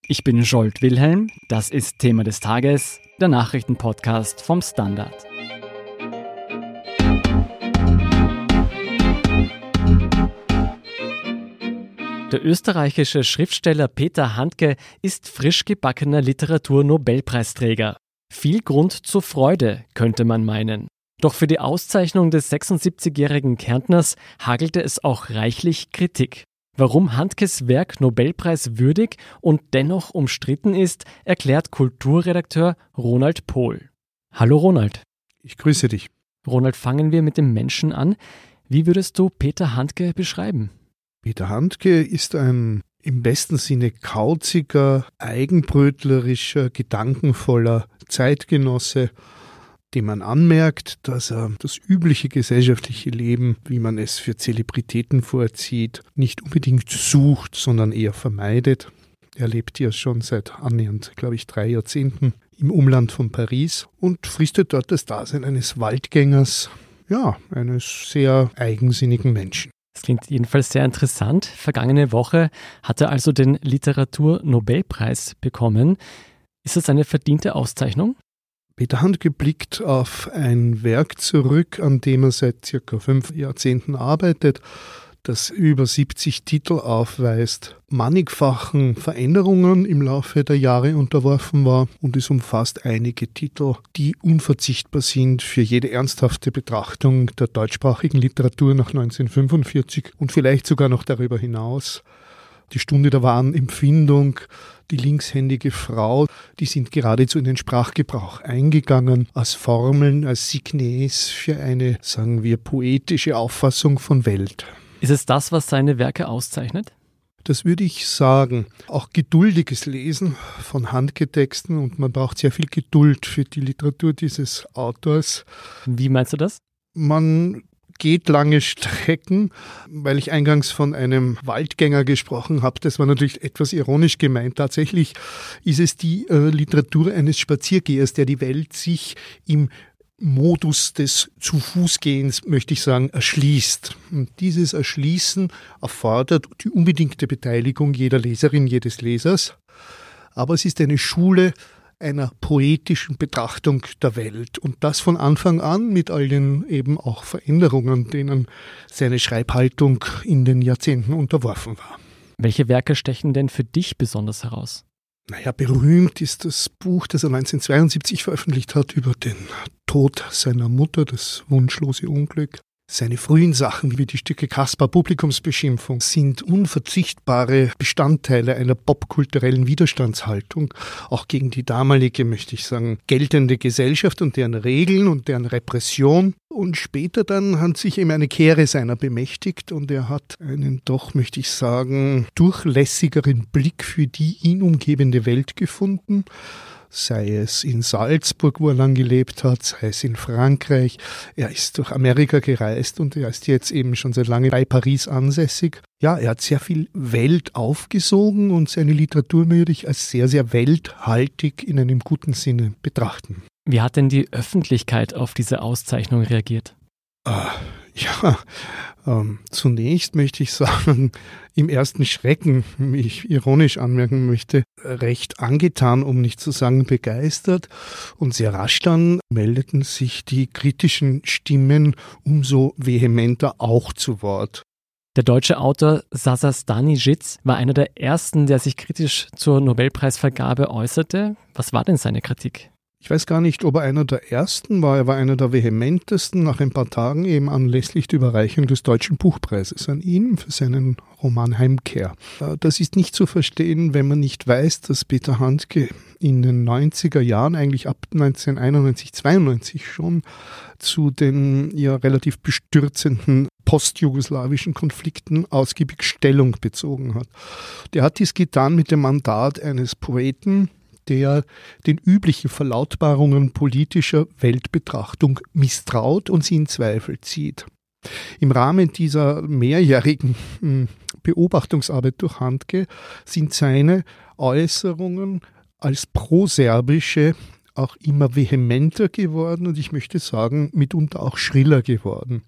Ich bin Scholt Wilhelm, das ist Thema des Tages, der Nachrichtenpodcast vom Standard. Der österreichische Schriftsteller Peter Handke ist frisch gebackener Literatur-Nobelpreisträger. Viel Grund zur Freude, könnte man meinen. Doch für die Auszeichnung des 76-jährigen Kärntners hagelte es auch reichlich Kritik. Warum Handkes Werk Nobelpreis würdig und dennoch umstritten ist, erklärt Kulturredakteur Ronald Pohl. Hallo Ronald. Ich grüße dich. Ronald, fangen wir mit dem Menschen an. Wie würdest du Peter Handke beschreiben? Peter Handke ist ein im besten Sinne kauziger, eigenbrötlerischer, gedankenvoller Zeitgenosse, dem man anmerkt, dass er das übliche gesellschaftliche Leben, wie man es für Zelebritäten vorzieht, nicht unbedingt sucht, sondern eher vermeidet. Er lebt ja schon seit annähernd, 3 Jahrzehnten im Umland von Paris und fristet dort das Dasein eines Waldgängers, eines sehr eigensinnigen Menschen. Das klingt jedenfalls sehr interessant. Vergangene Woche hat er also den Literatur-Nobelpreis bekommen. Ist das eine verdiente Auszeichnung? Peter Handke blickt auf ein Werk zurück, an dem er seit circa 5 Jahrzehnten arbeitet, das über 70 Titel aufweist, mannigfachen Veränderungen im Laufe der Jahre unterworfen war und es umfasst einige Titel, die unverzichtbar sind für jede ernsthafte Betrachtung der deutschsprachigen Literatur nach 1945 und vielleicht sogar noch darüber hinaus. Die Stunde der wahren Empfindung, die linkshändige Frau, die sind geradezu in den Sprachgebrauch eingegangen, als Formeln, als Signes für eine, sagen wir, poetische Auffassung von Welt. Ist es das, was seine Werke auszeichnet? Das würde ich sagen. Auch geduldiges Lesen von Handke-Texten und man braucht sehr viel Geduld für die Literatur dieses Autors. Wie meinst du das? Man geht lange Strecken, weil ich eingangs von einem Waldgänger gesprochen habe. Das war natürlich etwas ironisch gemeint. Tatsächlich ist es die Literatur eines Spaziergehers, der die Welt sich im Modus des Zu-Fuß-Gehens, möchte ich sagen, erschließt. Und dieses Erschließen erfordert die unbedingte Beteiligung jeder Leserin, jedes Lesers. Aber es ist eine Schule einer poetischen Betrachtung der Welt. Und das von Anfang an mit all den eben auch Veränderungen, denen seine Schreibhaltung in den Jahrzehnten unterworfen war. Welche Werke stechen denn für dich besonders heraus? Berühmt ist das Buch, das er 1972 veröffentlicht hat über den Tod seiner Mutter, das wunschlose Unglück. Seine frühen Sachen wie die Stücke Caspar Publikumsbeschimpfung sind unverzichtbare Bestandteile einer popkulturellen Widerstandshaltung, auch gegen die damalige, möchte ich sagen, geltende Gesellschaft und deren Regeln und deren Repression. Und später dann hat sich ihm eine Kehre seiner bemächtigt und er hat einen doch, möchte ich sagen, durchlässigeren Blick für die ihn umgebende Welt gefunden. Sei es in Salzburg, wo er lang gelebt hat, sei es in Frankreich. Er ist durch Amerika gereist und er ist jetzt eben schon seit langem bei Paris ansässig. Ja, er hat sehr viel Welt aufgesogen und seine Literatur würde ich als sehr, sehr welthaltig in einem guten Sinne betrachten. Wie hat denn die Öffentlichkeit auf diese Auszeichnung reagiert? Zunächst möchte ich sagen, im ersten Schrecken, wie ich ironisch anmerken möchte, recht angetan, um nicht zu sagen begeistert. Und sehr rasch dann meldeten sich die kritischen Stimmen umso vehementer auch zu Wort. Der deutsche Autor Sasa Stanisic war einer der ersten, der sich kritisch zur Nobelpreisvergabe äußerte. Was war denn seine Kritik? Ich weiß gar nicht, ob er einer der Ersten war. Er war einer der vehementesten nach ein paar Tagen eben anlässlich der Überreichung des Deutschen Buchpreises an ihn für seinen Roman Heimkehr. Das ist nicht zu verstehen, wenn man nicht weiß, dass Peter Handke in den 90er Jahren, eigentlich ab 1991, 92 schon, zu den relativ bestürzenden postjugoslawischen Konflikten ausgiebig Stellung bezogen hat. Der hat dies getan mit dem Mandat eines Poeten, der den üblichen Verlautbarungen politischer Weltbetrachtung misstraut und sie in Zweifel zieht. Im Rahmen dieser mehrjährigen Beobachtungsarbeit durch Handke sind seine Äußerungen als proserbische auch immer vehementer geworden und ich möchte sagen, mitunter auch schriller geworden.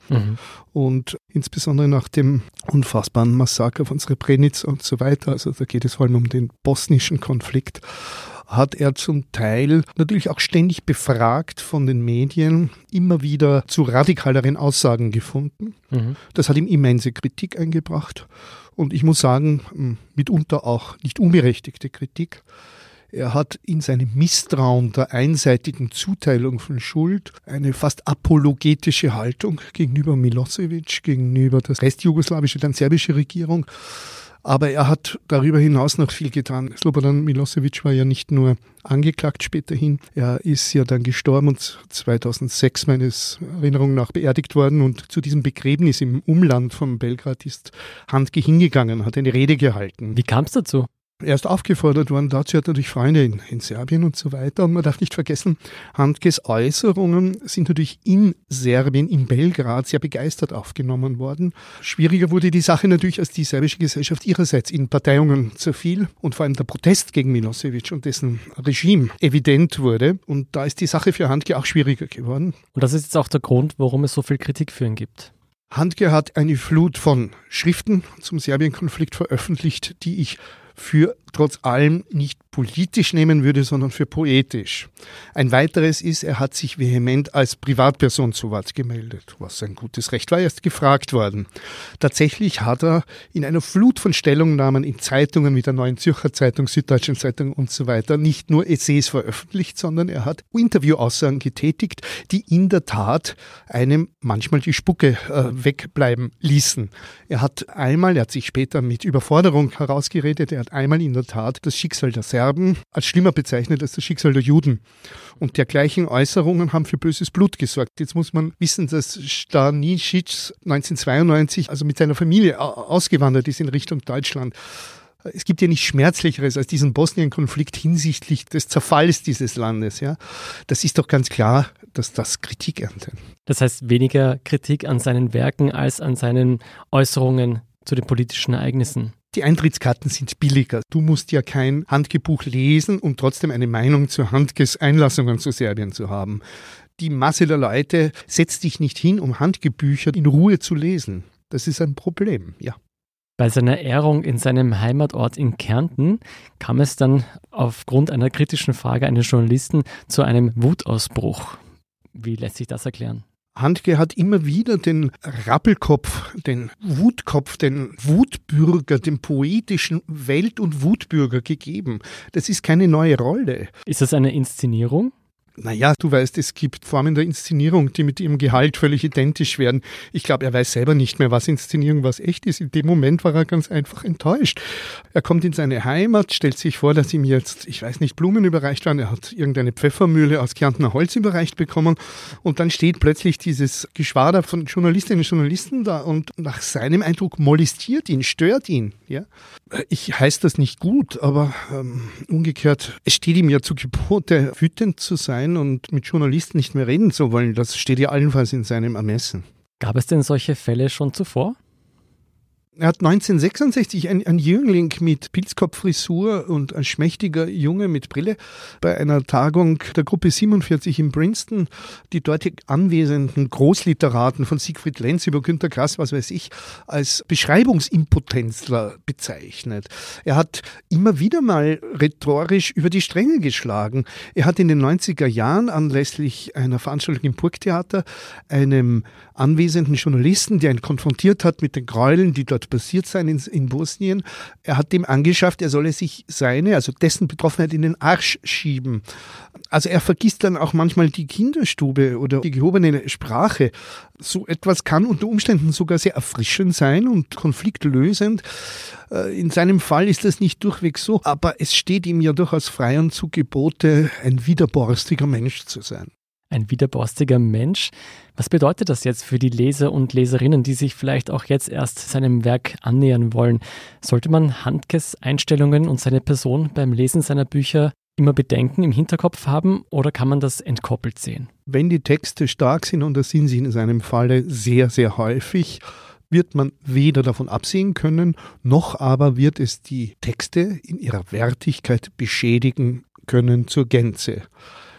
Und insbesondere nach dem unfassbaren Massaker von Srebrenica und so weiter, also da geht es vor allem um den bosnischen Konflikt, hat er zum Teil natürlich auch ständig befragt von den Medien, immer wieder zu radikaleren Aussagen gefunden. Das hat ihm immense Kritik eingebracht und ich muss sagen, mitunter auch nicht unberechtigte Kritik. Er hat in seinem Misstrauen der einseitigen Zuteilung von Schuld eine fast apologetische Haltung gegenüber Milosevic, gegenüber der restjugoslawische, dann serbische Regierung. Aber er hat darüber hinaus noch viel getan. Slobodan Milosevic war ja nicht nur angeklagt späterhin, er ist ja dann gestorben und 2006 meines Erinnerung nach beerdigt worden und zu diesem Begräbnis im Umland von Belgrad ist Handke hingegangen, hat eine Rede gehalten. Wie kam es dazu? Er ist aufgefordert worden, dazu hat er natürlich Freunde in Serbien und so weiter. Und man darf nicht vergessen, Handkes Äußerungen sind natürlich in Serbien, in Belgrad sehr begeistert aufgenommen worden. Schwieriger wurde die Sache natürlich, als die serbische Gesellschaft ihrerseits in Parteiungen zerfiel und vor allem der Protest gegen Milosevic und dessen Regime evident wurde. Und da ist die Sache für Handke auch schwieriger geworden. Und das ist jetzt auch der Grund, warum es so viel Kritik für ihn gibt. Handke hat eine Flut von Schriften zum Serbien-Konflikt veröffentlicht, die ich für trotz allem nicht politisch nehmen würde, sondern für poetisch. Ein weiteres ist, er hat sich vehement als Privatperson zu Wort gemeldet, was sein gutes Recht war, er ist gefragt worden. Tatsächlich hat er in einer Flut von Stellungnahmen in Zeitungen wie der Neuen Zürcher Zeitung, Süddeutschen Zeitung und so weiter nicht nur Essays veröffentlicht, sondern er hat Interviewaussagen getätigt, die in der Tat einem manchmal die Spucke wegbleiben ließen. Er hat sich später mit Überforderung herausgeredet, er hat einmal in der Tat das Schicksal der Serben als schlimmer bezeichnet als das Schicksal der Juden. Und dergleichen Äußerungen haben für böses Blut gesorgt. Jetzt muss man wissen, dass Stanisic 1992 also mit seiner Familie ausgewandert ist in Richtung Deutschland. Es gibt ja nichts Schmerzlicheres als diesen Bosnien-Konflikt hinsichtlich des Zerfalls dieses Landes. Ja, das ist doch ganz klar, dass das Kritik erntet. Das heißt weniger Kritik an seinen Werken als an seinen Äußerungen zu den politischen Ereignissen. Die Eintrittskarten sind billiger. Du musst ja kein Handkebuch lesen, um trotzdem eine Meinung zu Handkes Einlassungen zu Serbien zu haben. Die Masse der Leute setzt dich nicht hin, um Handgebücher in Ruhe zu lesen. Das ist ein Problem, ja. Bei seiner Ehrung in seinem Heimatort in Kärnten kam es dann aufgrund einer kritischen Frage eines Journalisten zu einem Wutausbruch. Wie lässt sich das erklären? Handke hat immer wieder den Rappelkopf, den Wutkopf, den Wutbürger, den poetischen Welt- und Wutbürger gegeben. Das ist keine neue Rolle. Ist das eine Inszenierung? Naja, du weißt, es gibt Formen der Inszenierung, die mit ihrem Gehalt völlig identisch werden. Ich glaube, er weiß selber nicht mehr, was Inszenierung, was echt ist. In dem Moment war er ganz einfach enttäuscht. Er kommt in seine Heimat, stellt sich vor, dass ihm jetzt, ich weiß nicht, Blumen überreicht werden. Er hat irgendeine Pfeffermühle aus Kärntner Holz überreicht bekommen. Und dann steht plötzlich dieses Geschwader von Journalistinnen und Journalisten da und nach seinem Eindruck molestiert ihn, stört ihn. Ja? Ich heiße das nicht gut, aber umgekehrt, es steht ihm ja zu Gebote, wütend zu sein und mit Journalisten nicht mehr reden zu wollen. Das steht ja allenfalls in seinem Ermessen. Gab es denn solche Fälle schon zuvor? Er hat 1966 ein Jüngling mit Pilzkopffrisur und ein schmächtiger Junge mit Brille bei einer Tagung der Gruppe 47 in Princeton, die dort anwesenden Großliteraten von Siegfried Lenz über Günter Grass, was weiß ich, als Beschreibungsimpotenzler bezeichnet. Er hat immer wieder mal rhetorisch über die Stränge geschlagen. Er hat in den 90er Jahren anlässlich einer Veranstaltung im Burgtheater einem anwesenden Journalisten, der ihn konfrontiert hat mit den Gräueln, die dort passiert seien in Bosnien. Er hat dem angeschafft, er solle sich dessen Betroffenheit in den Arsch schieben. Also er vergisst dann auch manchmal die Kinderstube oder die gehobene Sprache. So etwas kann unter Umständen sogar sehr erfrischend sein und konfliktlösend. In seinem Fall ist das nicht durchweg so, aber es steht ihm ja durchaus frei und zu Gebote, ein widerborstiger Mensch zu sein. Ein widerborstiger Mensch. Was bedeutet das jetzt für die Leser und Leserinnen, die sich vielleicht auch jetzt erst seinem Werk annähern wollen? Sollte man Handkes Einstellungen und seine Person beim Lesen seiner Bücher immer bedenken, im Hinterkopf haben oder kann man das entkoppelt sehen? Wenn die Texte stark sind, und das sind sie in seinem Falle sehr, sehr häufig, wird man weder davon absehen können, noch aber wird es die Texte in ihrer Wertigkeit beschädigen können zur Gänze.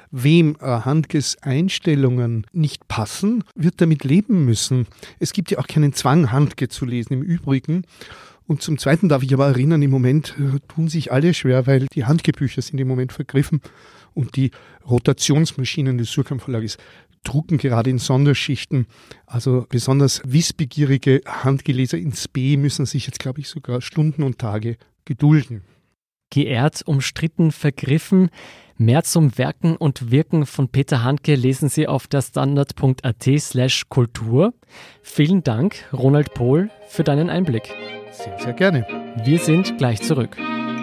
Wem Handkes Einstellungen nicht passen, wird damit leben müssen. Es gibt ja auch keinen Zwang, Handke zu lesen im Übrigen. Und zum Zweiten darf ich aber erinnern, im Moment tun sich alle schwer, weil die Handke-Bücher sind im Moment vergriffen und die Rotationsmaschinen des Suhrkamp Verlages drucken gerade in Sonderschichten. Also besonders wissbegierige Handgeleser ins B müssen sich jetzt, glaube ich, sogar Stunden und Tage gedulden. Geehrt, umstritten, vergriffen. Mehr zum Werken und Wirken von Peter Handke lesen Sie auf derstandard.at/Kultur. Vielen Dank, Ronald Pohl, für deinen Einblick. Sehr, sehr gerne. Wir sind gleich zurück.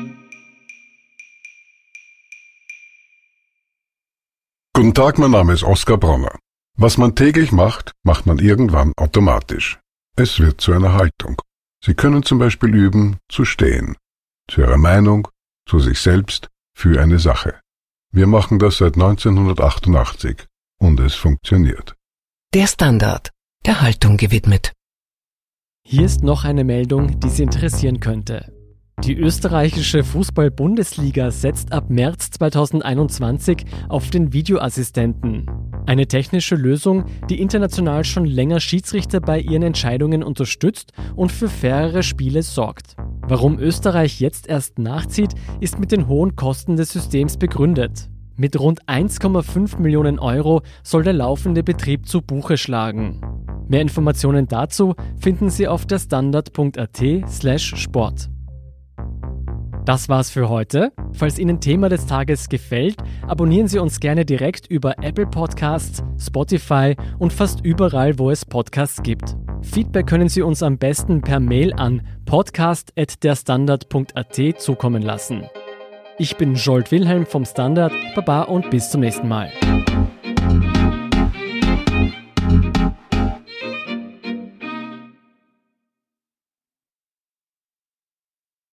Guten Tag, mein Name ist Oskar Bronner. Was man täglich macht, macht man irgendwann automatisch. Es wird zu einer Haltung. Sie können zum Beispiel üben, zu stehen. Zu Ihrer Meinung, zu sich selbst, für eine Sache. Wir machen das seit 1988 und es funktioniert. Der Standard, der Haltung gewidmet. Hier ist noch eine Meldung, die Sie interessieren könnte. Die österreichische Fußball-Bundesliga setzt ab März 2021 auf den Videoassistenten. Eine technische Lösung, die international schon länger Schiedsrichter bei ihren Entscheidungen unterstützt und für fairere Spiele sorgt. Warum Österreich jetzt erst nachzieht, ist mit den hohen Kosten des Systems begründet. Mit rund 1,5 Millionen Euro soll der laufende Betrieb zu Buche schlagen. Mehr Informationen dazu finden Sie auf derstandard.at/Sport. Das war's für heute. Falls Ihnen Thema des Tages gefällt, abonnieren Sie uns gerne direkt über Apple Podcasts, Spotify und fast überall, wo es Podcasts gibt. Feedback können Sie uns am besten per Mail an podcast@derstandard.at zukommen lassen. Ich bin Jolt Wilhelm vom Standard. Baba und bis zum nächsten Mal.